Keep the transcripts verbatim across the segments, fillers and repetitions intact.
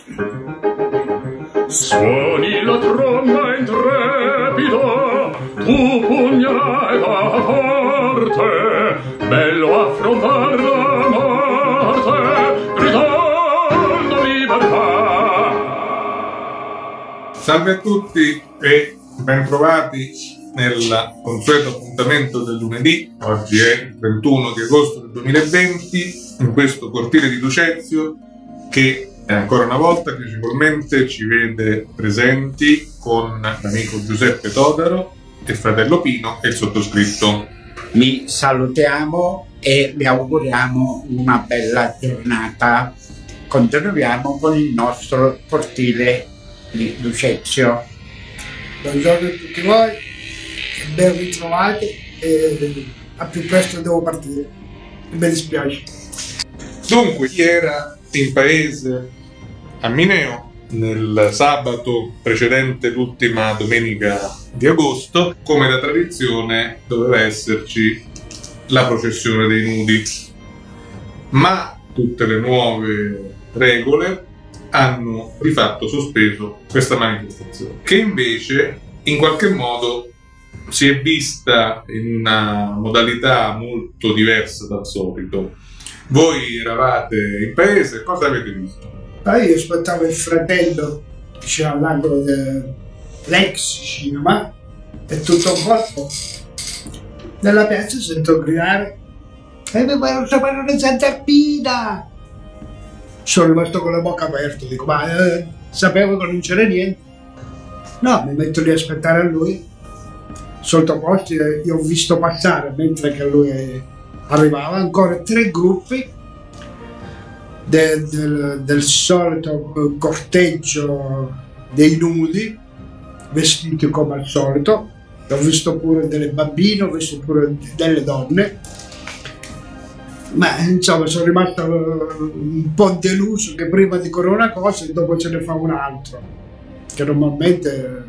Suoni la tromba intrepida, tu pugna e va forte, bello affrontar la morte, gridando libertà. Salve a tutti e ben trovati nel consueto appuntamento del lunedì. Oggi è il ventuno di agosto del duemilaventi, in questo cortile di Ducezio che ancora una volta piacevolmente ci vede presenti con l'amico Giuseppe Todaro e fratello Pino e il sottoscritto. Vi salutiamo e vi auguriamo una bella giornata. Continuiamo con il nostro cortile di Ducezio. Buongiorno a tutti voi, ben ritrovati e a più presto devo partire. Mi dispiace. Dunque, chi era in paese a Mineo nel sabato precedente l'ultima domenica di agosto, come da tradizione doveva esserci la processione dei nudi, ma tutte le nuove regole hanno di fatto sospeso questa manifestazione, che invece in qualche modo si è vista in una modalità molto diversa dal solito. Voi eravate in paese, cosa avete visto? Ah, io aspettavo il fratello, c'era all'angolo dell'ex cinema, e tutto un colpo nella piazza sento gridare e mi voglio sapere una Sant'Arpina. Sono rimasto con la bocca aperta, dico ma eh, sapevo che non c'era niente. No, mi metto lì a aspettare a lui. Sottoposti, io ho visto passare mentre che lui arrivava ancora tre gruppi del, del, del solito corteggio dei nudi, vestiti come al solito. Ho visto pure delle bambine, ho visto pure delle donne, ma insomma sono rimasto un po' deluso che prima dicono una cosa e dopo ce ne fa un'altra, che normalmente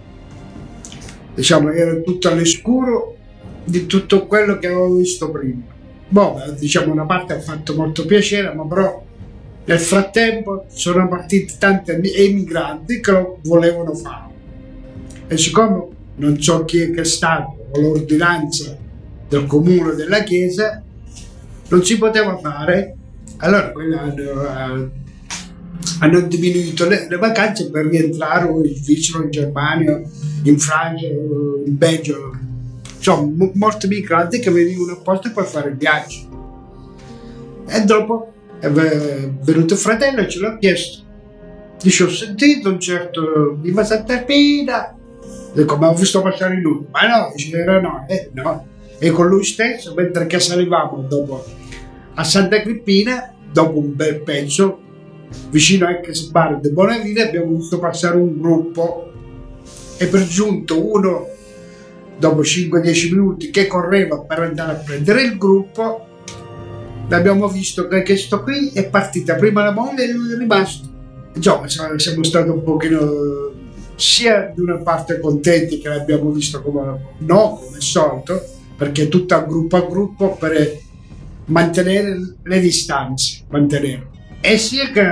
diciamo era tutto all'oscuro di tutto quello che avevo visto prima. Boh, diciamo una parte ha fatto molto piacere, ma però nel frattempo sono partiti tanti emigranti che lo volevano fare, e siccome non so chi è che è stato con l'ordinanza del comune della chiesa non si poteva fare, allora quelli hanno, hanno diminuito le, le vacanze per rientrare in Svizzera, in Germania, in Francia, in Belgio, insomma m- molti migranti che venivano apposta per fare il viaggio. E dopo è venuto il fratello e ce l'ha chiesto, dice ho sentito un certo di Sant'Arpina, dico ma ho visto passare lui, ma no, dice era no, eh, no. E con lui stesso mentre che salivamo dopo a Santa Crispina, dopo un bel pezzo vicino a Ex Bar di Bonavide, abbiamo visto passare un gruppo e per giunto uno dopo cinque dieci minuti che correva per andare a prendere il gruppo, l'abbiamo visto che questo qui è partita prima la moglie e lui è rimasto. Insomma siamo stati un pochino sia di una parte contenti che l'abbiamo visto come no, come solito, perché è tutta gruppo a gruppo per mantenere le distanze, mantenere. E sia che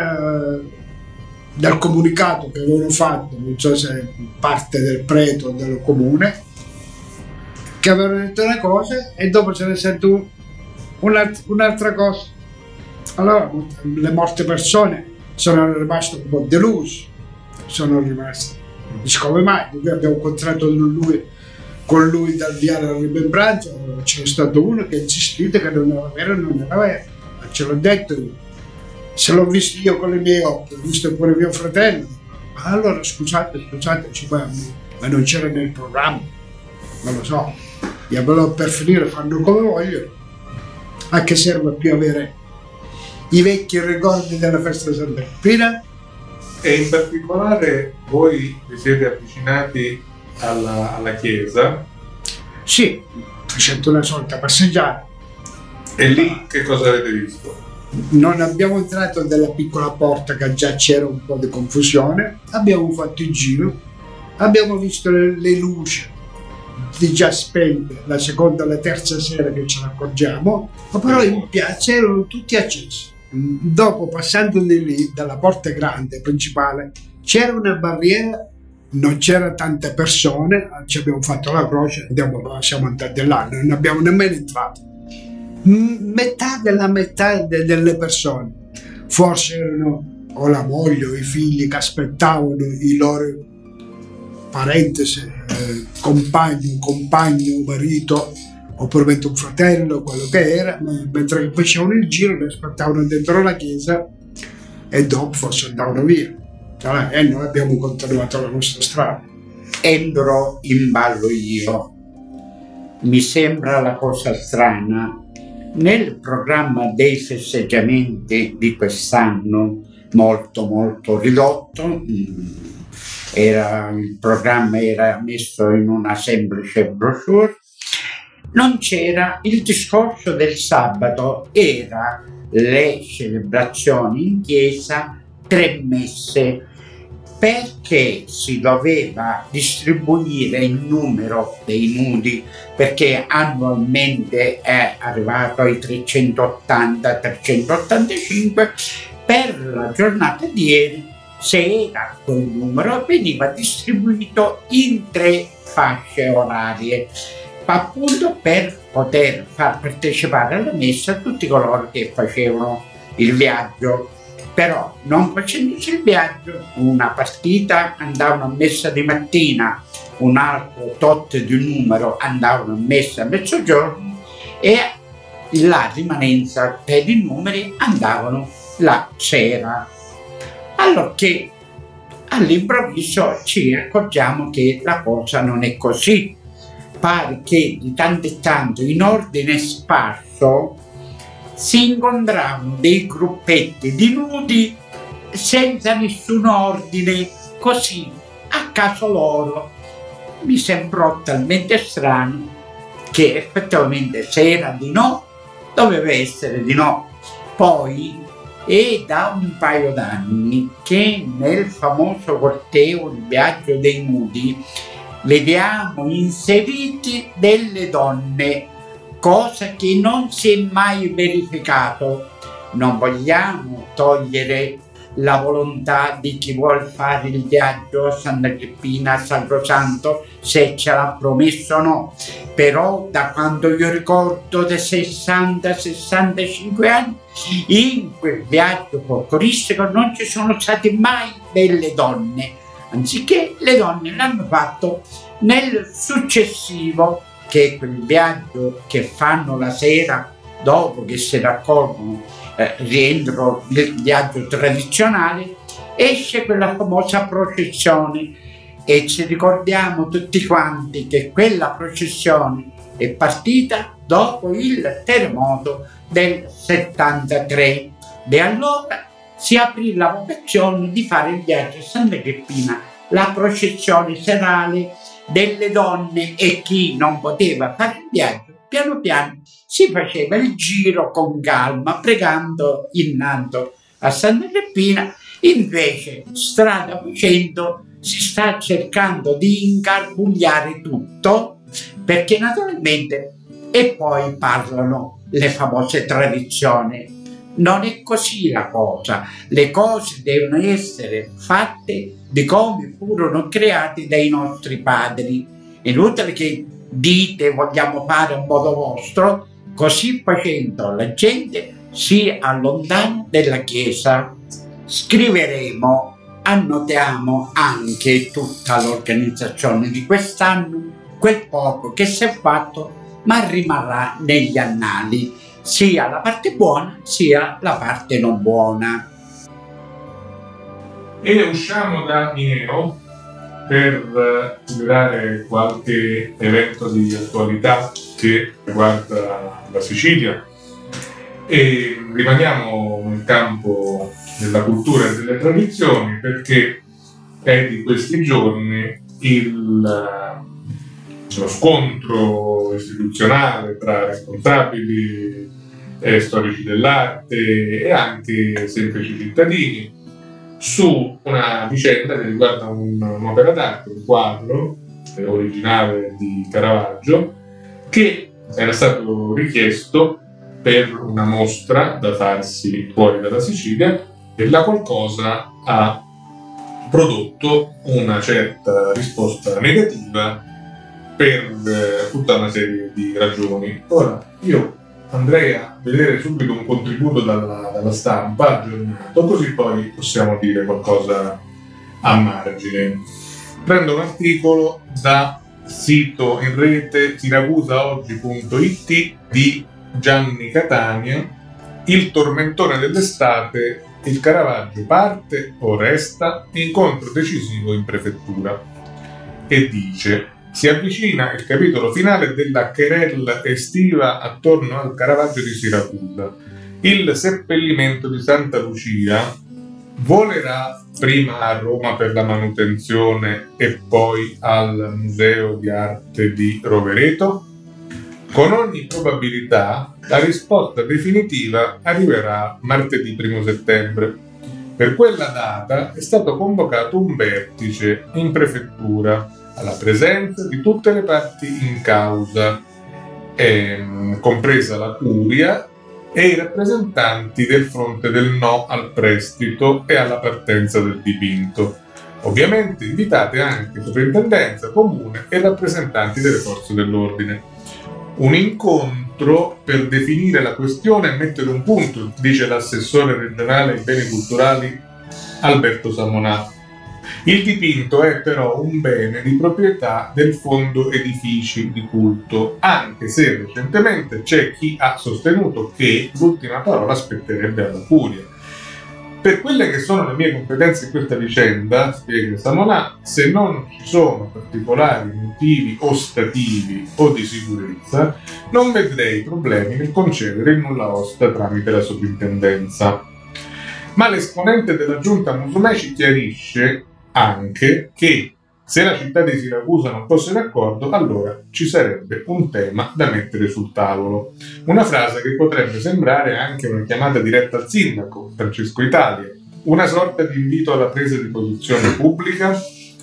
dal comunicato che avevano fatto, non so se parte del preto o del comune, che avevano detto una cosa e dopo ce ne sento un, un'alt- un'altra cosa. Allora le morte persone sono rimaste un po' deluse, sono rimaste. Dice come mai? Noi abbiamo incontrato lui con lui dal viale alla rimembranza, c'era stato uno che ha insistito che non era vero, non era vero, ma ce l'ho detto io. Se l'ho visto io con le mie occhi, ho visto pure mio fratello, ma allora scusate, scusate, ma, ma non c'era nel programma, non lo so, io però per finire fanno come vogliono, a che serve più avere i vecchi ricordi della festa di Sant'Arpina? E in particolare voi vi siete avvicinati alla, alla chiesa? Sì, facendo una solita passeggiata. E lì che cosa avete visto? Non abbiamo entrato nella piccola porta che già c'era un po' di confusione, abbiamo fatto il giro, abbiamo visto le, le luci di già spente la seconda e la terza sera che ce ne accorgiamo, ma però in piazza erano tutti accesi. dopo, passando di lì dalla porta grande principale, c'era una barriera, non c'era tante persone, ci abbiamo fatto la croce, andiamo, siamo andati là, non abbiamo nemmeno entrato. Metà della metà de- delle persone forse erano o la moglie o i figli che aspettavano i loro parentesi, eh, compagni, compagno, marito o probabilmente un fratello, quello che era, mentre facevano il giro li aspettavano dentro la chiesa e dopo forse andavano via, cioè, e noi abbiamo continuato la nostra strada. Entro in ballo io. Mi sembra la cosa strana, nel programma dei festeggiamenti di quest'anno, molto molto ridotto, era, il programma era messo in una semplice brochure, non c'era il discorso del sabato, era le celebrazioni in chiesa, tre messe, perché si doveva distribuire il numero dei nudi, perché annualmente è arrivato ai trecentottanta trecentottantacinque, per la giornata di ieri, se era quel numero, veniva distribuito in tre fasce orarie, appunto per poter far partecipare alla messa tutti coloro che facevano il viaggio. Però non facendoci il viaggio, una partita andavano a messa di mattina, un altro tot di numero andavano a messa a mezzogiorno e la rimanenza per i numeri andavano la sera. Allora che all'improvviso ci accorgiamo che la cosa non è così. Pare che di tanto in tanto in ordine sparso si incontravano dei gruppetti di nudi senza nessun ordine, così a caso loro. Mi sembrò talmente strano che effettivamente se era di no doveva essere di no. Poi è da un paio d'anni che nel famoso corteo Il viaggio dei nudi vediamo inseriti delle donne, cosa che non si è mai verificato. Non vogliamo togliere la volontà di chi vuol fare il viaggio a Santa Agrippina, a San Rosanto, se ce l'ha promesso o no. Però da quando io ricordo da sessanta sessantacinque anni, in quel viaggio folcloristico non ci sono state mai delle donne, anziché le donne l'hanno fatto nel successivo, che è quel viaggio che fanno la sera dopo che si raccolgono eh, rientro nel viaggio tradizionale, esce quella famosa processione e ci ricordiamo tutti quanti che quella processione è partita dopo il terremoto del settantatré e allora si aprì la vocazione di fare il viaggio a Santa Agrippina, la processione serale delle donne, e chi non poteva fare il viaggio piano piano si faceva il giro con calma pregando innanzi a Santa Agrippina. Invece strada facendo si sta cercando di ingarbugliare tutto, perché naturalmente e poi parlano le famose tradizioni. Non è così la cosa, le cose devono essere fatte di come furono creati dai nostri padri. È inutile che dite vogliamo fare a modo vostro, così facendo la gente si allontana dalla Chiesa. Scriveremo, annotiamo anche tutta l'organizzazione di quest'anno, quel poco che si è fatto, ma rimarrà negli annali, sia la parte buona sia la parte non buona. E usciamo da Mineo per celebrare qualche evento di attualità che riguarda la Sicilia e rimaniamo nel campo della cultura e delle tradizioni, perché è di questi giorni il, lo scontro istituzionale tra responsabili e storici dell'arte e anche semplici cittadini su una vicenda che riguarda un, un'opera d'arte, un quadro eh, originale di Caravaggio, che era stato richiesto per una mostra da farsi fuori dalla Sicilia, e la qualcosa ha prodotto una certa risposta negativa per eh, tutta una serie di ragioni. Ora, io andrei a vedere subito un contributo dalla, dalla stampa aggiornato, così poi possiamo dire qualcosa a margine. Prendo un articolo da sito in rete siracusaoggi punto it di Gianni Catania, il tormentone dell'estate, il Caravaggio parte o resta, incontro decisivo in prefettura, e dice: si avvicina il capitolo finale della querella estiva attorno al Caravaggio di Siracusa. Il seppellimento di Santa Lucia volerà prima a Roma per la manutenzione e poi al Museo di Arte di Rovereto? Con ogni probabilità la risposta definitiva arriverà martedì primo settembre. Per quella data è stato convocato un vertice in prefettura alla presenza di tutte le parti in causa, ehm, compresa la curia e i rappresentanti del fronte del no al prestito e alla partenza del dipinto. Ovviamente invitate anche soprintendenza, comune e rappresentanti delle forze dell'ordine. Un incontro per definire la questione e mettere un punto, dice l'assessore regionale ai beni culturali Alberto Samonà. Il dipinto è però un bene di proprietà del Fondo Edifici di Culto, anche se recentemente c'è chi ha sostenuto che l'ultima parola spetterebbe alla curia. Per quelle che sono le mie competenze in questa vicenda, spiega Samonà, se non ci sono particolari motivi ostativi o di sicurezza, non vedrei problemi nel concedere il nulla osta tramite la soprintendenza. Ma l'esponente della giunta Musumè ci chiarisce anche che se la città di Siracusa non fosse d'accordo, allora ci sarebbe un tema da mettere sul tavolo. Una frase che potrebbe sembrare anche una chiamata diretta al sindaco, Francesco Italia, una sorta di invito alla presa di posizione pubblica.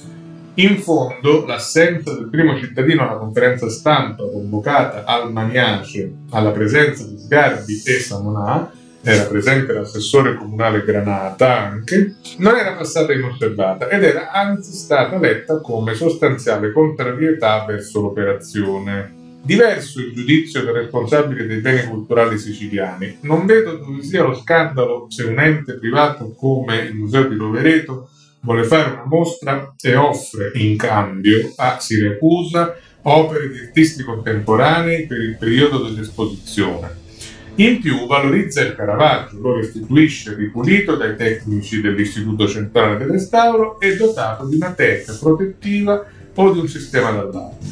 In fondo, l'assenza del primo cittadino alla conferenza stampa convocata al Maniace, alla presenza di Sgarbi e Samonà, era presente l'assessore comunale Granata anche, non era passata inosservata ed era anzi stata letta come sostanziale contrarietà verso l'operazione. Diverso il giudizio del responsabile dei beni culturali siciliani. Non vedo dove sia lo scandalo se un ente privato come il Museo di Rovereto vuole fare una mostra e offre in cambio a Siracusa opere di artisti contemporanei per il periodo dell'esposizione. In più valorizza il Caravaggio, lo restituisce ripulito dai tecnici dell'Istituto Centrale del Restauro e dotato di una teca protettiva o di un sistema d'allarme.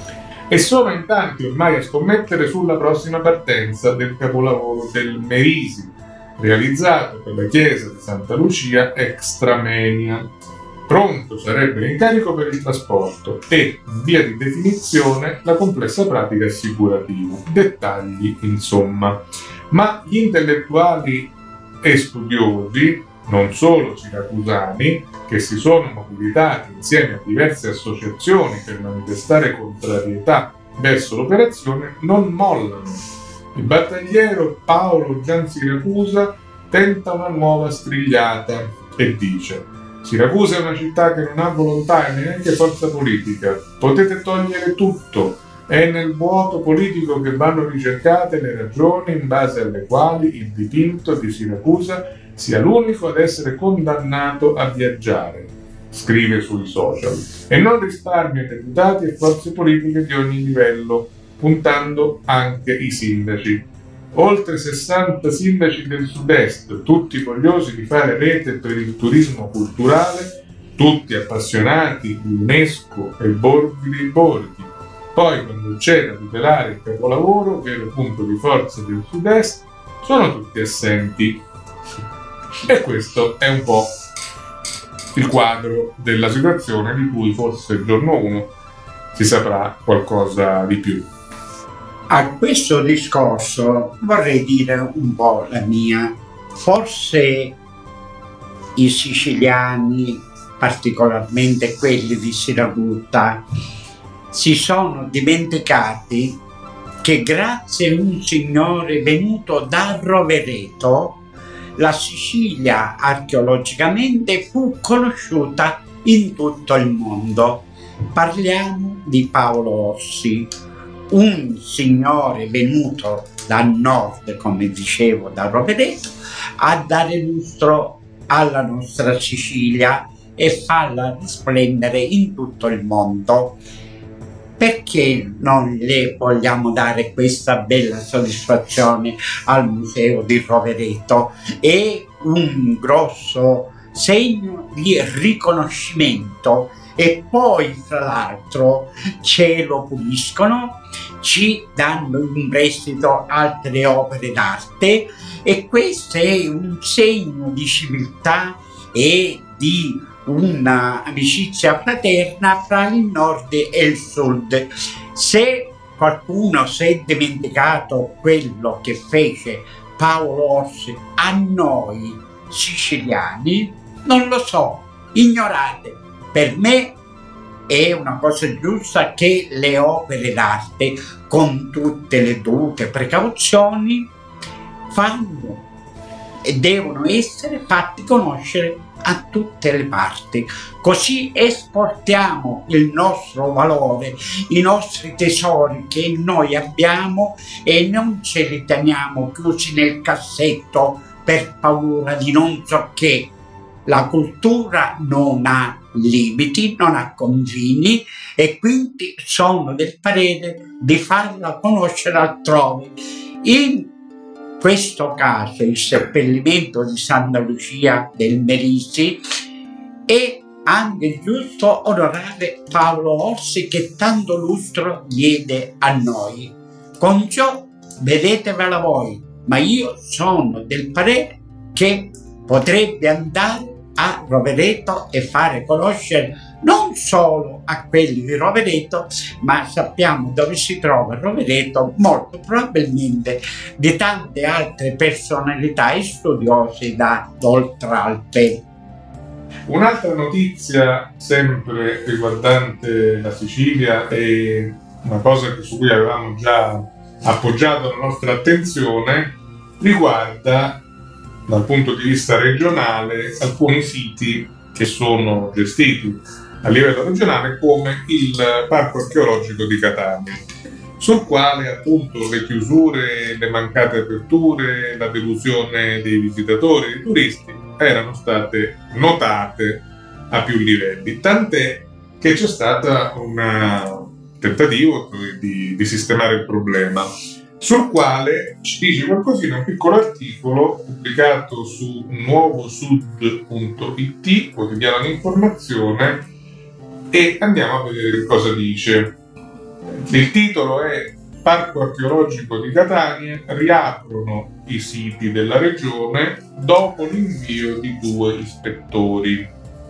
E sono in tanti ormai a scommettere sulla prossima partenza del capolavoro del Merisi, realizzato per la chiesa di Santa Lucia Extramenia. Pronto sarebbe l'incarico per il trasporto e, in via di definizione, la complessa pratica assicurativa. Dettagli, insomma. Ma gli intellettuali e studiosi, non solo siracusani, che si sono mobilitati insieme a diverse associazioni per manifestare contrarietà verso l'operazione, non mollano. Il battagliero Paolo Giansiracusa tenta una nuova strigliata e dice: Siracusa è una città che non ha volontà e neanche forza politica. Potete togliere tutto. È nel vuoto politico che vanno ricercate le ragioni in base alle quali il dipinto di Siracusa sia l'unico ad essere condannato a viaggiare, scrive sui social, e non risparmia deputati e forze politiche di ogni livello, puntando anche i sindaci. Oltre sessanta sindaci del sud-est, tutti vogliosi di fare rete per il turismo culturale, tutti appassionati di UNESCO e borghi dei borghi. Poi, quando c'è da tutelare il capolavoro, vero punto di forza del sud-est, sono tutti assenti. E questo è un po' il quadro della situazione, di cui forse il giorno uno si saprà qualcosa di più. A questo discorso vorrei dire un po' la mia. Forse i siciliani, particolarmente quelli di Siracusa, si sono dimenticati che grazie a un signore venuto da Rovereto la Sicilia archeologicamente fu conosciuta in tutto il mondo. Parliamo di Paolo Orsi, un signore venuto dal nord, come dicevo, da Rovereto, a dare lustro alla nostra Sicilia e farla risplendere in tutto il mondo. Perché non le vogliamo dare questa bella soddisfazione al Museo di Rovereto? È un grosso segno di riconoscimento e poi tra l'altro ce lo puliscono, ci danno in prestito altre opere d'arte e questo è un segno di civiltà e di una amicizia fraterna fra il nord e il sud. Se qualcuno si è dimenticato quello che fece Paolo Orsi a noi siciliani, non lo so, ignorate. Per me è una cosa giusta che le opere d'arte, con tutte le dovute precauzioni, fanno e devono essere fatti conoscere a tutte le parti, così esportiamo il nostro valore, i nostri tesori che noi abbiamo e non ce li teniamo chiusi nel cassetto per paura di non so che. La cultura non ha limiti, non ha confini e quindi sono del parere di farla conoscere altrove. In questo caso il seppellimento di Santa Lucia del Merisi è anche giusto onorare Paolo Orsi che tanto lustro diede a noi. Con ciò vedetevela voi, ma io sono del parere che potrebbe andare a Rovereto e fare conoscere non solo a quelli di Rovereto, ma sappiamo dove si trova Rovereto, molto probabilmente di tante altre personalità e studiosi da Oltralpe. Un'altra notizia sempre riguardante la Sicilia è una cosa su cui avevamo già appoggiato la nostra attenzione, riguarda dal punto di vista regionale alcuni siti che sono gestiti a livello regionale come il Parco Archeologico di Catania, sul quale appunto le chiusure, le mancate aperture, la delusione dei visitatori e dei turisti erano state notate a più livelli, tant'è che c'è stato un tentativo di, di sistemare il problema, sul quale ci dice qualcosina un piccolo articolo pubblicato su nuovosud punto it, quotidiano di informazione, e andiamo a vedere cosa dice. Il titolo è Parco Archeologico di Catania, riaprono i siti della regione dopo l'invio di due ispettori.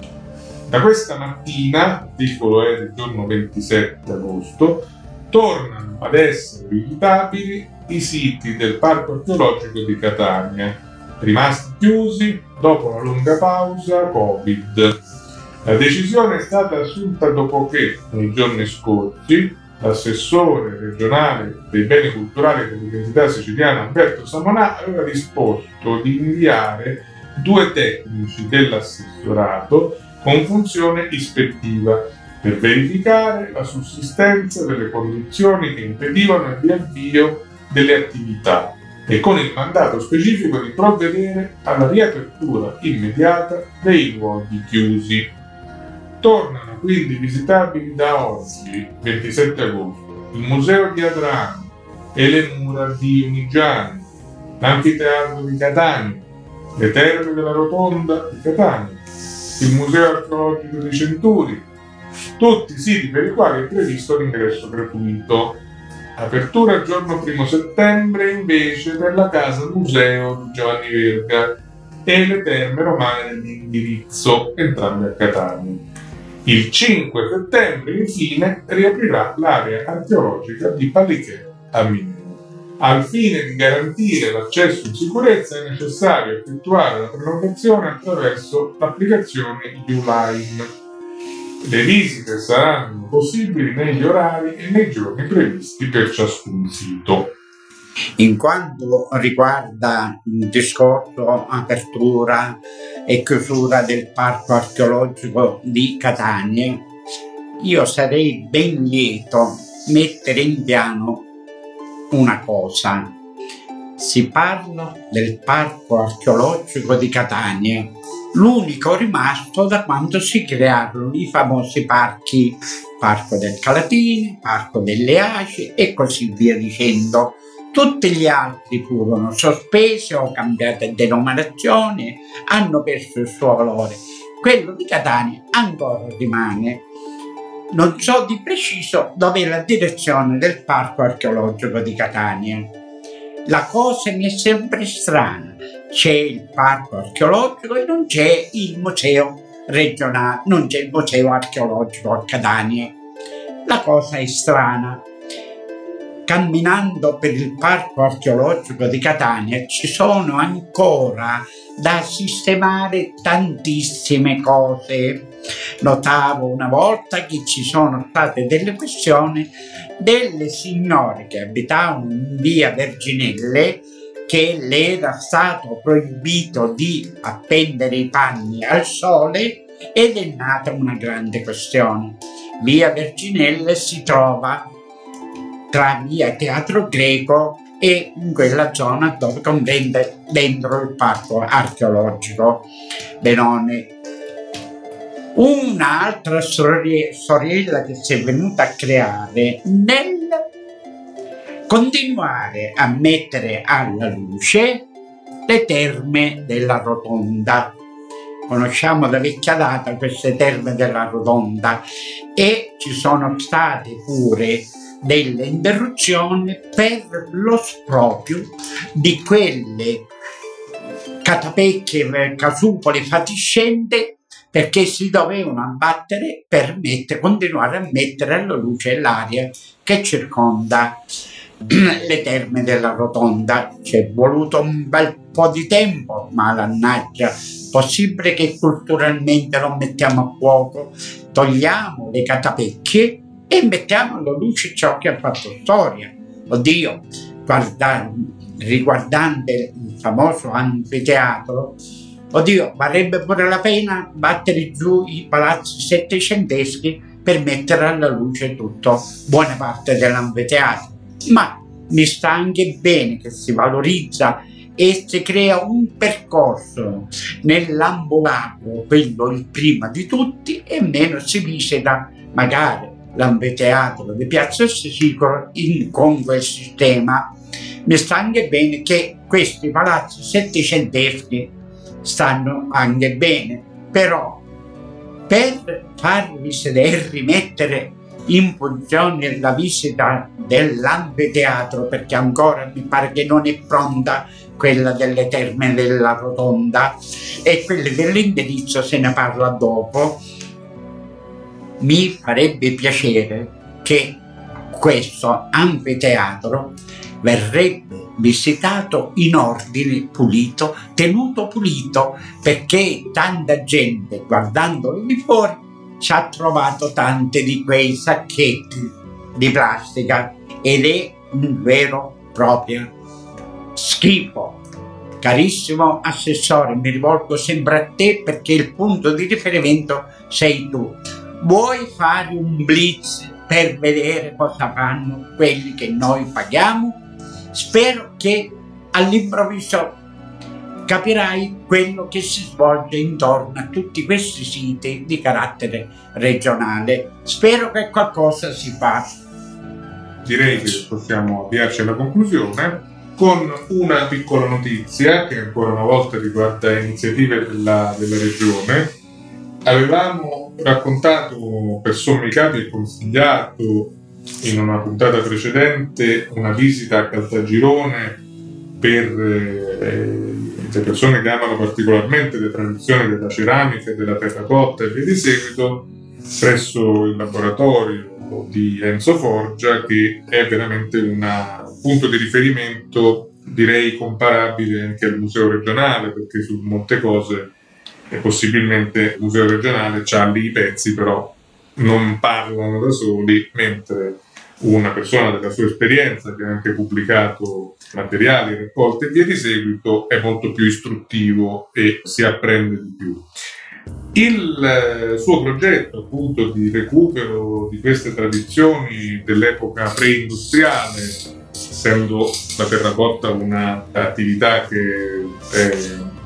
Da questa mattina, l'articolo è del giorno ventisette agosto, tornano ad essere visitabili i siti del Parco Archeologico di Catania, rimasti chiusi dopo una lunga pausa Covid. La decisione è stata assunta dopo che, nei giorni scorsi, l'assessore regionale dei beni culturali dell'Università Siciliana Alberto Samonà aveva disposto di inviare due tecnici dell'assessorato con funzione ispettiva per verificare la sussistenza delle condizioni che impedivano il riavvio delle attività e con il mandato specifico di provvedere alla riapertura immediata dei luoghi chiusi. Tornano quindi visitabili da oggi, ventisette agosto, il Museo di Adrano e le mura di Unigiani, l'Anfiteatro di Catania, le Terme della Rotonda di Catania, il Museo Archeologico di Centuri, tutti siti per i quali è previsto l'ingresso gratuito. Apertura il giorno primo settembre invece per la Casa Museo di Giovanni Verga e le Terme Romane dell'Indirizzo, entrambe a Catania. Il cinque settembre infine riaprirà l'area archeologica di Palichet a Mineo. Al fine di garantire l'accesso in sicurezza è necessario effettuare la prenotazione attraverso l'applicazione Uline. Le visite saranno possibili negli orari e nei giorni previsti per ciascun sito. In quanto riguarda il discorso apertura e chiusura del parco archeologico di Catania, io sarei ben lieto mettere in piano una cosa. Si parla del parco archeologico di Catania, l'unico rimasto da quando si crearono i famosi parchi, Parco del Calatini, Parco delle Aci e così via dicendo. Tutti gli altri furono sospesi o cambiate denominazione, hanno perso il suo valore. Quello di Catania ancora rimane. Non so di preciso dove è la direzione del parco archeologico di Catania. La cosa mi è sempre strana. C'è il parco archeologico e non c'è il museo regionale, non c'è il museo archeologico a Catania. La cosa è strana. Camminando per il parco archeologico di Catania ci sono ancora da sistemare tantissime cose. Notavo una volta che ci sono state delle questioni delle signore che abitavano in via Verginelle, che le era stato proibito di appendere i panni al sole, ed è nata una grande questione. Via Verginelle si trova tra via Teatro Greco e in quella zona dove comprende dentro il parco archeologico Benone. Un'altra sorella che si è venuta a creare nel continuare a mettere alla luce le terme della Rotonda. Conosciamo da vecchia data queste terme della Rotonda e ci sono state pure delle interruzioni per lo sproprio di quelle catapecchie, casupole fatiscenti, perché si dovevano abbattere per mettere, continuare a mettere alla luce l'aria che circonda le terme della Rotonda. Ci è voluto un bel po' di tempo, ma mannaggia, possibile che culturalmente lo mettiamo a fuoco, togliamo le catapecchie e mettiamo alla luce ciò che ha fatto storia. Oddio, guarda, riguardante il famoso anfiteatro, oddio, varrebbe pure la pena battere giù i palazzi settecenteschi per mettere alla luce tutto, buona parte dell'anfiteatro. Ma mi sta anche bene che si valorizza e si crea un percorso nell'ambulato, quello il prima di tutti, e meno si visita magari l'anfiteatro di Piazza Sicuro in, con quel sistema. Mi sta anche bene che questi palazzi settecenteschi stanno anche bene, però per farvi sedere, rimettere in funzione la visita dell'anfiteatro, perché ancora mi pare che non è pronta quella delle terme della Rotonda, e quella dell'indirizzo se ne parla dopo. Mi farebbe piacere che questo anfiteatro verrebbe visitato in ordine pulito, tenuto pulito, perché tanta gente guardandolo di fuori ci ha trovato tante di quei sacchetti di plastica ed è un vero e proprio schifo. Carissimo assessore, mi rivolgo sempre a te perché il punto di riferimento sei tu. Vuoi fare un blitz per vedere cosa fanno quelli che noi paghiamo? Spero che all'improvviso capirai quello che si svolge intorno a tutti questi siti di carattere regionale. Spero che qualcosa si faccia. Direi che possiamo avviarci alla conclusione con una piccola notizia che ancora una volta riguarda iniziative della, della regione. Avevamo raccontato per sommi capi e consigliato in una puntata precedente una visita a Caltagirone per eh, le persone che amano particolarmente le tradizioni della ceramica e della terracotta e via di seguito, presso il laboratorio di Enzo Forgia, che è veramente una, un punto di riferimento, direi comparabile anche al museo regionale, perché su molte cose e possibilmente il museo regionale c'ha lì i pezzi, però non parlano da soli, mentre una persona della sua esperienza, che ha anche pubblicato materiali, raccolte e via di seguito, è molto più istruttivo e si apprende di più. Il suo progetto, appunto, di recupero di queste tradizioni dell'epoca preindustriale, essendo la terracotta un'attività che è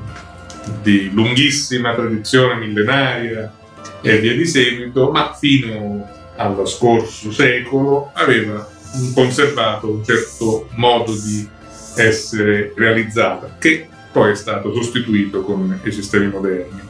di lunghissima tradizione millenaria e via di seguito, ma fino allo scorso secolo aveva conservato un certo modo di essere realizzata, che poi è stato sostituito con i sistemi moderni.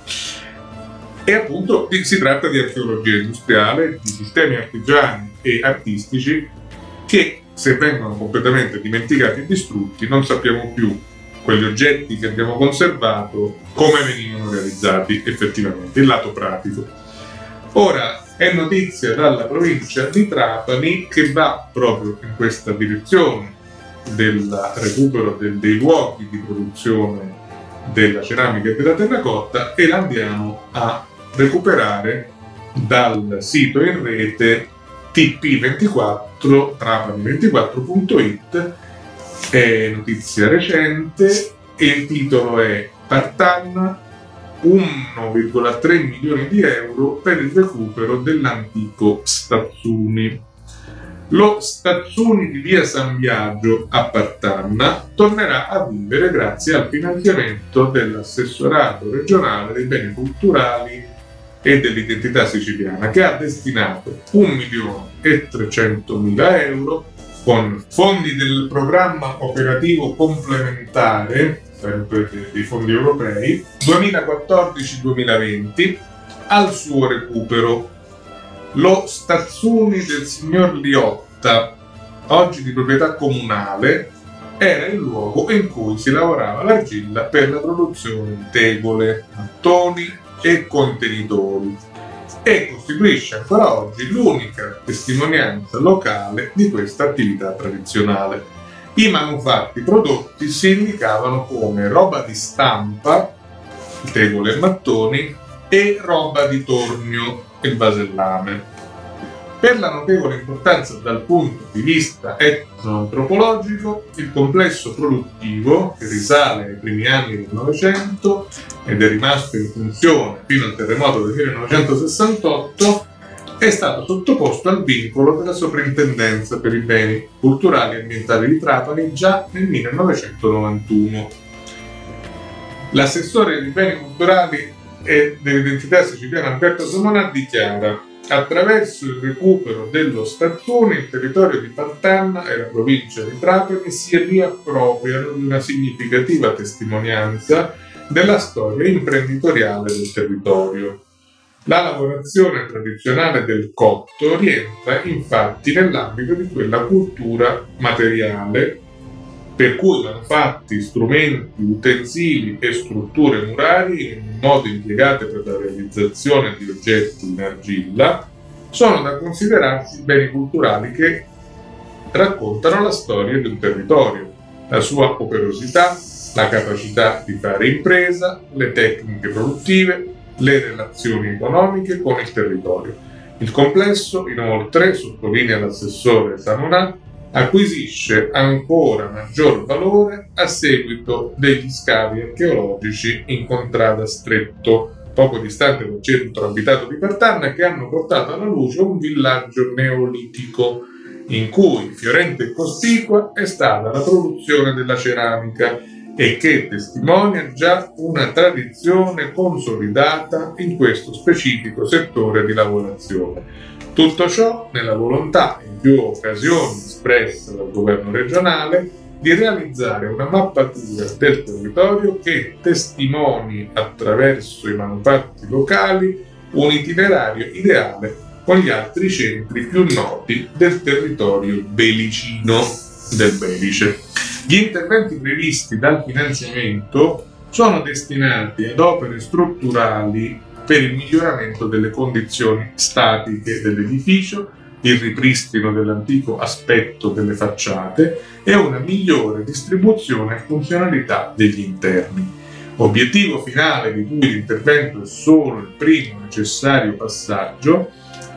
E appunto si tratta di archeologia industriale, di sistemi artigiani e artistici che, se vengono completamente dimenticati e distrutti, non sappiamo più quegli oggetti che abbiamo conservato come venivano realizzati effettivamente, il lato pratico. Ora è notizia dalla provincia di Trapani che va proprio in questa direzione del recupero del, dei luoghi di produzione della ceramica e della terracotta, e la andiamo a recuperare dal sito in rete T P ventiquattro, trapani ventiquattro punto it. È notizia recente e il titolo è Partanna, uno virgola tre milioni di euro per il recupero dell'antico Stazzuni. Lo Stazzuni di via San Biagio a Partanna tornerà a vivere grazie al finanziamento dell'assessorato regionale dei beni culturali e dell'identità siciliana, che ha destinato un milione e trecentomila euro con fondi del programma operativo complementare, sempre dei fondi europei, duemilaquattordici duemilaventi, al suo recupero. Lo Stazzuni del signor Liotta, oggi di proprietà comunale, era il luogo in cui si lavorava l'argilla per la produzione di tegole, mattoni e contenitori, e costituisce ancora oggi l'unica testimonianza locale di questa attività tradizionale. I manufatti prodotti si indicavano come roba di stampa, tegole e mattoni, e roba di tornio e vasellame. Per la notevole importanza dal punto di vista etnoantropologico, il complesso produttivo, che risale ai primi anni del Novecento ed è rimasto in funzione fino al terremoto del millenovecentosessantotto, è stato sottoposto al vincolo della Soprintendenza per i beni culturali e ambientali di Trapani già nel millenovecentonovantuno. L'assessore dei beni culturali e dell'identità siciliana Alberto Somonà dichiara: attraverso il recupero dello Stazzuni il territorio di Partanna e la provincia di Trapani si riappropriano di una significativa testimonianza della storia imprenditoriale del territorio. La lavorazione tradizionale del cotto rientra infatti nell'ambito di quella cultura materiale per cui manufatti, strumenti, utensili e strutture murarie, in modo impiegate per la realizzazione di oggetti in argilla, sono da considerarsi beni culturali che raccontano la storia di un territorio, la sua operosità, la capacità di fare impresa, le tecniche produttive, le relazioni economiche con il territorio. Il complesso, inoltre, sottolinea l'assessore Somonà, acquisisce ancora maggior valore a seguito degli scavi archeologici in Contrada Stretto, poco distante dal centro abitato di Partanna, che hanno portato alla luce un villaggio neolitico in cui fiorente e cospicua è stata la produzione della ceramica e che testimonia già una tradizione consolidata in questo specifico settore di lavorazione. Tutto ciò nella volontà, in più occasioni espressa dal governo regionale, di realizzare una mappatura del territorio che testimoni attraverso i manufatti locali un itinerario ideale con gli altri centri più noti del territorio belicino del Belice. Gli interventi previsti dal finanziamento sono destinati ad opere strutturali per il miglioramento delle condizioni statiche dell'edificio, il ripristino dell'antico aspetto delle facciate e una migliore distribuzione e funzionalità degli interni. Obiettivo finale di cui l'intervento è solo il primo necessario passaggio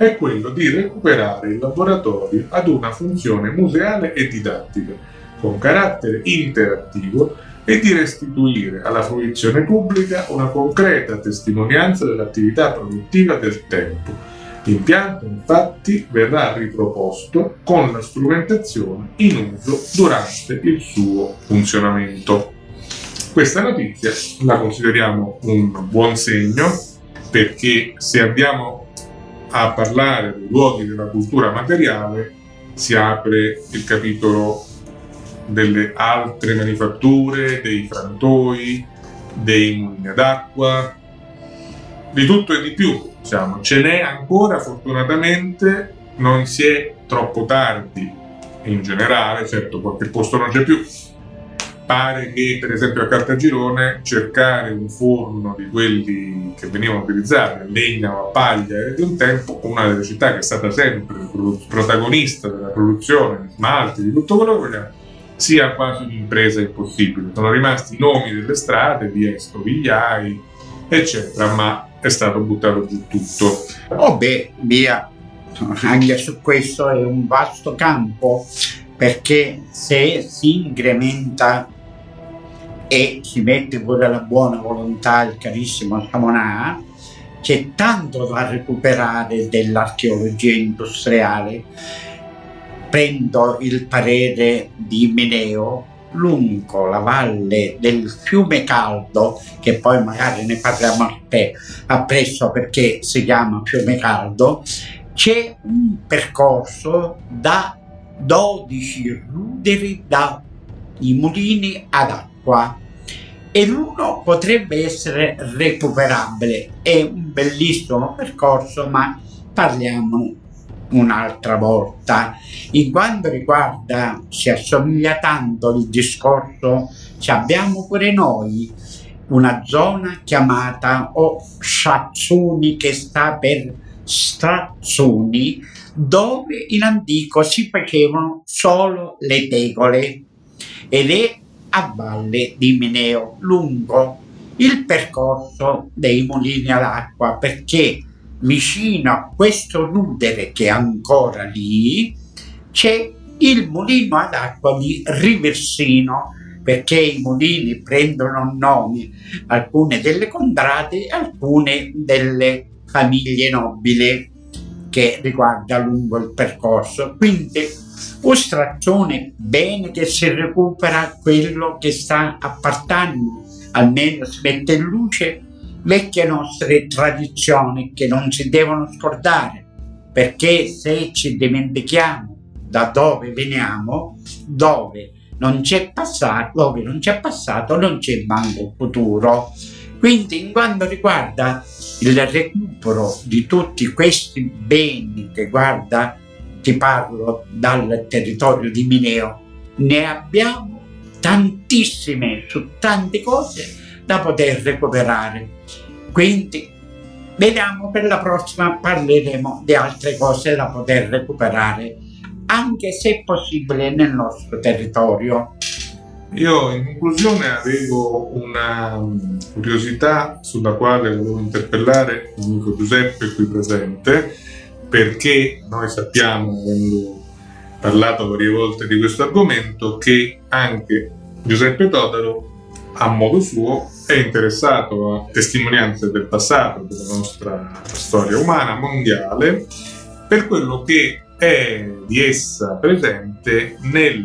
è quello di recuperare il laboratorio ad una funzione museale e didattica, con carattere interattivo, e di restituire alla fruizione pubblica una concreta testimonianza dell'attività produttiva del tempo. L'impianto infatti verrà riproposto con la strumentazione in uso durante il suo funzionamento. Questa notizia la consideriamo un buon segno, perché se andiamo a parlare dei luoghi della cultura materiale si apre il capitolo delle altre manifatture, dei frantoi, dei mulini ad acqua, di tutto e di più. Diciamo, ce n'è ancora, fortunatamente non si è troppo tardi in generale, certo qualche posto non c'è più. Pare che per esempio a Caltagirone cercare un forno di quelli che venivano utilizzati a legna o a paglia di un tempo, una delle città che è stata sempre protagonista della produzione di smalti, di tutto quello che vogliamo, sia quasi un'impresa impossibile. Sono rimasti i nomi delle strade, via Stovigliai, eccetera, ma è stato buttato giù tutto. Oh beh, via, anche su questo è un vasto campo, perché se si incrementa e si mette pure la buona volontà il carissimo Samonà, c'è tanto da recuperare dell'archeologia industriale. Prendo il parere di Mineo: lungo la valle del fiume Caldo, che poi magari ne parliamo a te appresso perché si chiama fiume Caldo, c'è un percorso da dodici ruderi dai mulini ad acqua e l'uno potrebbe essere recuperabile. È un bellissimo percorso, ma parliamo un'altra volta. In quanto riguarda, si assomiglia tanto il discorso, ci abbiamo pure noi una zona chiamata o Shatsuni, che sta per Strazzuni, dove in antico si facevano solo le tegole, ed è a valle di Mineo, lungo il percorso dei mulini ad acqua, perché vicino a questo rudere che è ancora lì c'è il mulino ad acqua di Riversino, perché i mulini prendono nome alcune delle contrade e alcune delle famiglie nobili che riguarda lungo il percorso. Quindi Ostrazione, bene che si recupera quello che sta appartando, almeno si mette in luce vecchie nostre tradizioni che non si devono scordare, perché se ci dimentichiamo da dove veniamo, dove non c'è passato, dove non c'è passato non c'è manco futuro. Quindi in quanto riguarda il recupero di tutti questi beni che guarda, ti parlo dal territorio di Mineo, ne abbiamo tantissime su tante cose da poter recuperare. Quindi vediamo, per la prossima parleremo di altre cose da poter recuperare, anche se possibile nel nostro territorio. Io in conclusione avevo una curiosità sulla quale volevo interpellare l'amico Giuseppe qui presente, perché noi sappiamo, avendo parlato varie volte di questo argomento, che anche Giuseppe Todaro a modo suo è interessato a testimonianze del passato, della nostra storia umana mondiale, per quello che è di essa presente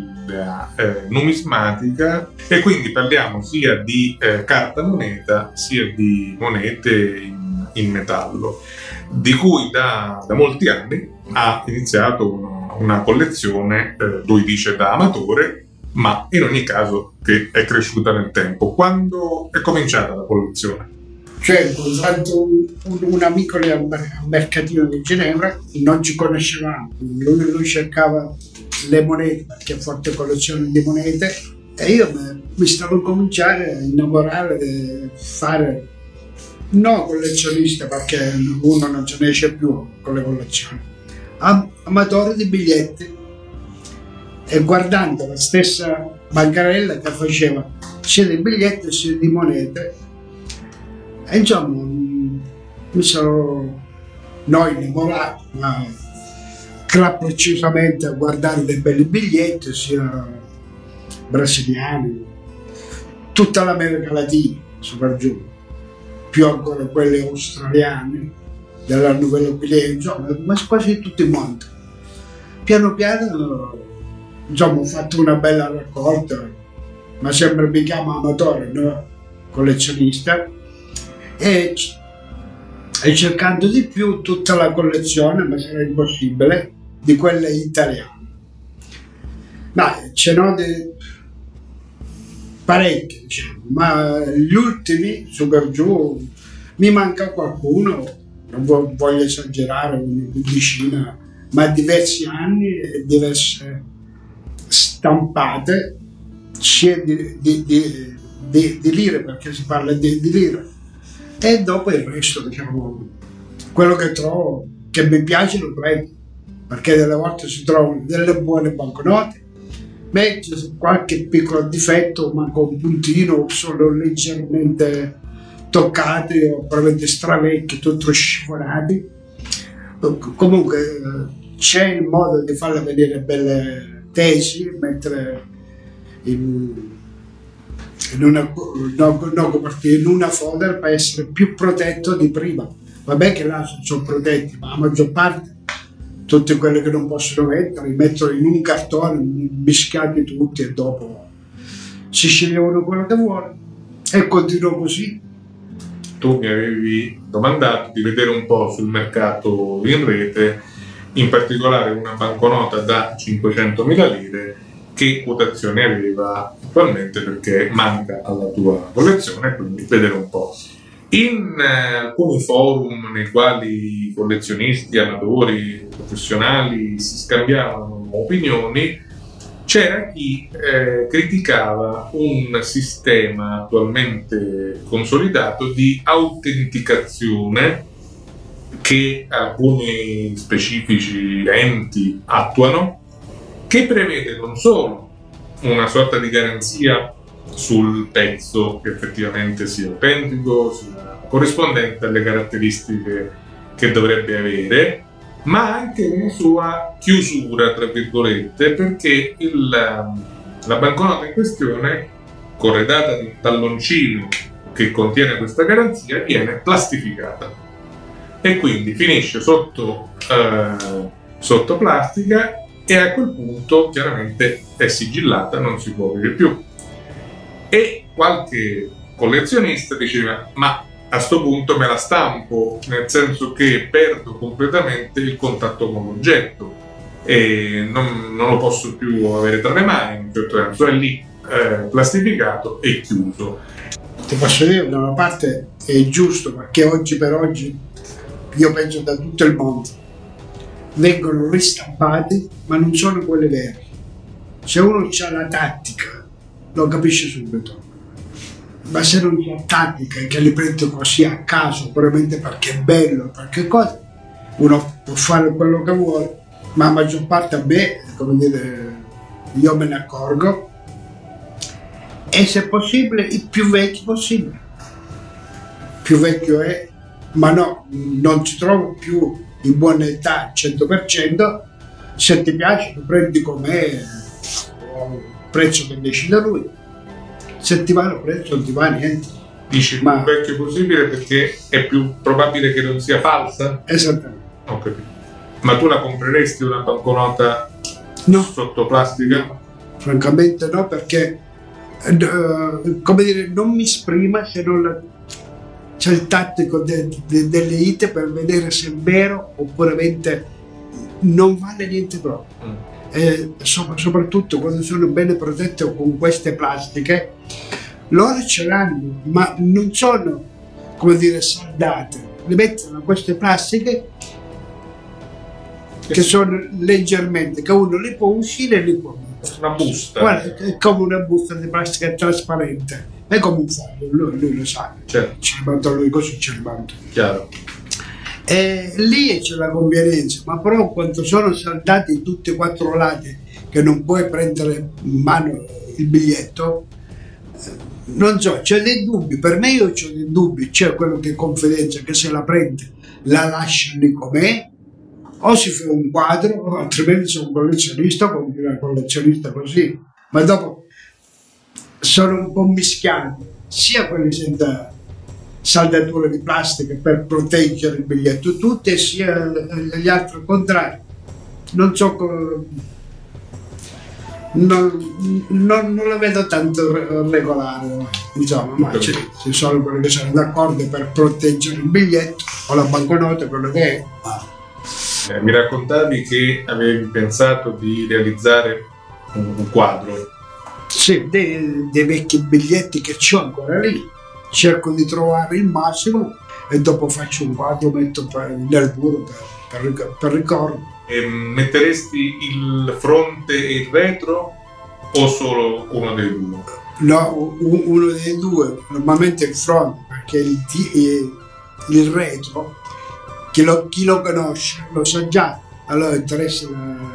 nella eh, numismatica, e quindi parliamo sia di eh, carta moneta sia di monete in, in metallo, di cui da, da molti anni ha iniziato una, una collezione, eh, lui dice da amatore, ma in ogni caso che è cresciuta nel tempo. Quando è cominciata la collezione? Cioè, quando un, un, un amico lì al mercatino di Ginevra, non ci conoscevamo, lui, lui cercava le monete, perché ha forte collezione di monete, e io mi, mi stavo a cominciare a innamorare di fare, no collezionista, perché uno non ce ne esce più con le collezioni, Am, amatore di biglietti, e guardando la stessa bancarella che faceva sia di biglietti sia di monete, e insomma mi sono noi innamorati, ma crapulosamente a guardare dei belli biglietti, sia brasiliani, tutta l'America Latina, soprattutto, più ancora quelli australiani, della Nouvelle Guinea, insomma, ma quasi tutto il mondo. Piano piano, insomma, ho fatto una bella raccolta, ma sempre mi chiamo amatore, no? Collezionista, e, e cercando di più tutta la collezione, ma sarà impossibile, di quelle italiane. Ma ce n'ho di parecchie, diciamo, ma gli ultimi, su per giù, mi manca qualcuno, non voglio esagerare, una quindicina, ma diversi anni e diverse stampate, sia di, di, di, di, di lire, perché si parla di, di lire, e dopo il resto, diciamo, quello che trovo che mi piace lo prendo, perché delle volte si trovano delle buone banconote, ma c'è qualche piccolo difetto, ma con un puntino, solo leggermente toccati o probabilmente stravecchi, tutto scivolati. Comunque c'è il modo di farle vedere belle tesi, mettere in, in una no, no, in una folder per essere più protetto di prima. Vabbè che là sono protetti, ma la maggior parte, tutti quelli che non possono mettere, li mettono in un cartone, mischiati tutti, e dopo si scegliono quello che vuole e continuo così. Tu mi avevi domandato di vedere un po' sul mercato in rete, in particolare una banconota da cinquecentomila lire, che quotazione aveva attualmente, perché manca alla tua collezione, quindi vedere un po'. In eh, alcuni forum nei quali collezionisti, amatori, professionali si scambiavano opinioni, c'era chi eh, criticava un sistema attualmente consolidato di autenticazione che alcuni specifici enti attuano, che prevede non solo una sorta di garanzia sul pezzo che effettivamente sia autentico, sia corrispondente alle caratteristiche che dovrebbe avere, ma anche una sua chiusura, tra virgolette, perché il, la banconota in questione, corredata di un talloncino che contiene questa garanzia, viene plastificata e quindi finisce sotto, eh, sotto plastica, e a quel punto chiaramente è sigillata, non si può vedere più. E qualche collezionista diceva: ma a sto punto me la stampo, nel senso che perdo completamente il contatto con l'oggetto e non, non lo posso più avere tra le mani, in un certo senso è lì eh, plastificato e chiuso. Ti posso dire, da una parte è giusto, perché oggi per oggi, io penso da tutto il mondo, vengono ristampati, ma non sono quelle vere. Se uno ha la tattica, lo capisce subito. Ma se non c'è tattica e che li prende così a caso, probabilmente perché è bello, perché cosa, uno può fare quello che vuole, ma la maggior parte a me, come dire, io me ne accorgo, e se possibile il più vecchio possibile. Più vecchio è, ma no, non ci trovo più in buona età cento per cento, se ti piace lo prendi com'è, il prezzo che decide lui. Se ti va lo prezzo, non ti va niente. Dici ma più vecchio possibile perché è più probabile che non sia falsa? Esattamente. Ho capito. Ma tu la compreresti una banconota no. sotto plastica? No, francamente no, perché uh, come dire, non mi esprima se non la, c'è il tattico de, de, delle ite per vedere se è vero oppure non vale niente proprio. Mm. Eh, so, soprattutto quando sono bene protette con queste plastiche, loro ce l'hanno, ma non sono, come dire, saldate, le mettono queste plastiche che sono leggermente, che uno li può uscire e li può mettere. Una busta. Guarda, è come una busta di plastica trasparente, è come un foglio, lui, lui lo sa, certo. Ce li manda lui così, ce li manda. Chiaro. E lì c'è la convenienza, ma però quando sono saldati tutti e quattro lati, che non puoi prendere in mano il biglietto, non so, c'è dei dubbi. Per me io ho dei dubbi. C'è quello che confidenza, che se la prende la lascio lì com'è, o si fa un quadro, o altrimenti sono un collezionista, continuo un collezionista così. Ma dopo sono un po' mischiati, sia quelli senza saldature di plastica per proteggere il biglietto, tutte, sia gli altri al contrario. Non so come. Non, non, non lo vedo tanto regolare, insomma, ma ci, ci sono quelli che sono d'accordo per proteggere il biglietto o la banconota, quello che è. Eh, mi raccontavi che avevi pensato di realizzare un, un quadro. Sì, dei, dei vecchi biglietti che c'ho ancora lì, cerco di trovare il massimo e dopo faccio un quadro, metto per, nel muro per, per, per ricordo. E metteresti il fronte e il retro o solo uno dei due? No, uno dei due, normalmente il fronte, perché il, il, il retro, chi lo, chi lo conosce lo sa già, allora interessa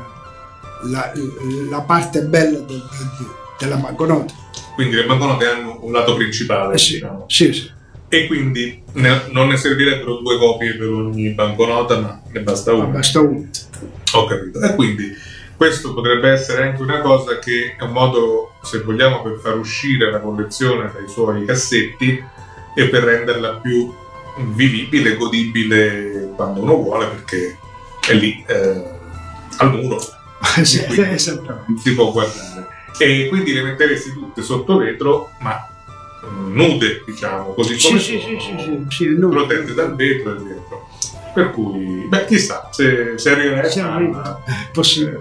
la, la, la parte bella del, della banconota. Quindi le banconote hanno un lato principale, eh sì, diciamo. Sì, sì. E quindi ne, non ne servirebbero due copie per ogni banconota, ma ne basta una. Ma basta una. Ho capito. E quindi questo potrebbe essere anche una cosa che è un modo, se vogliamo, per far uscire la collezione dai suoi cassetti e per renderla più vivibile, godibile quando uno vuole, perché è lì eh, al muro. Sì, esattamente. Si può guardare. E quindi le metteresti tutte sotto vetro, ma nude, diciamo, così come sì, sono, sì, sì, sì, sì, protette dal vetro e dentro. Per cui, beh, chissà, se, se arriverà se arriva, è possibile.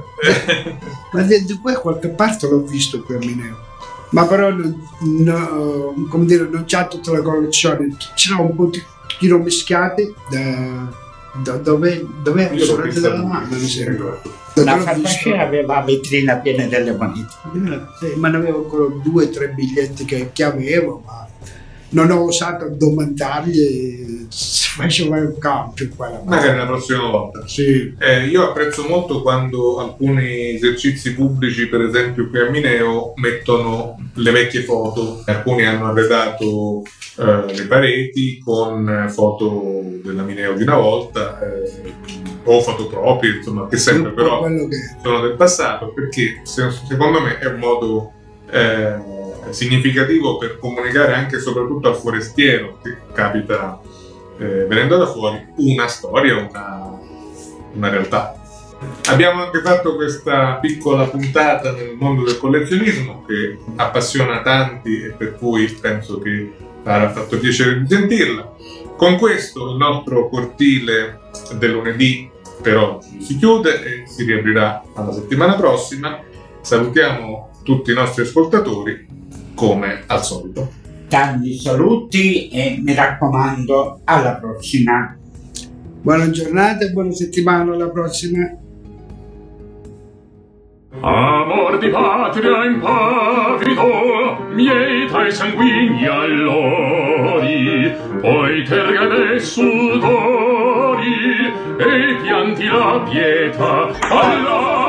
Ma di, di qua qualche parte l'ho visto qui a Mineo. Ma però, non, no, come dire, non c'ha tutta la collezione, c'era un po' di chilo mischiati da, da dove dove Io l'ho vista della mano, mi sembra. La farmacia aveva la vetrina piena delle monete. Sì, ma ne avevo ancora due o tre biglietti che, che avevo, ma non ho osato domandargli se faceva un cambio qua. Magari la prossima volta. Sì. Eh, io apprezzo molto quando alcuni esercizi pubblici, per esempio qui a Mineo, mettono le vecchie foto. Alcuni hanno arredato eh, le pareti con foto della Mineo di una volta eh, o foto proprie, insomma, che sempre però che... sono del passato, perché se, secondo me è un modo eh, significativo per comunicare anche e soprattutto al forestiero che capita eh, venendo da fuori una storia, una, una realtà. Abbiamo anche fatto questa piccola puntata nel mondo del collezionismo che appassiona tanti e per cui penso che avrà fatto piacere di sentirla. Con questo il nostro cortile del lunedì per oggi si chiude e si riaprirà alla settimana prossima. Salutiamo tutti i nostri ascoltatori come al solito. Tanti saluti e mi raccomando, alla prossima. Buona giornata e buona settimana, alla prossima. Amor di patria impavido, miei tra i sanguigni allori, poi che rivede sudori e pianti la pietà alla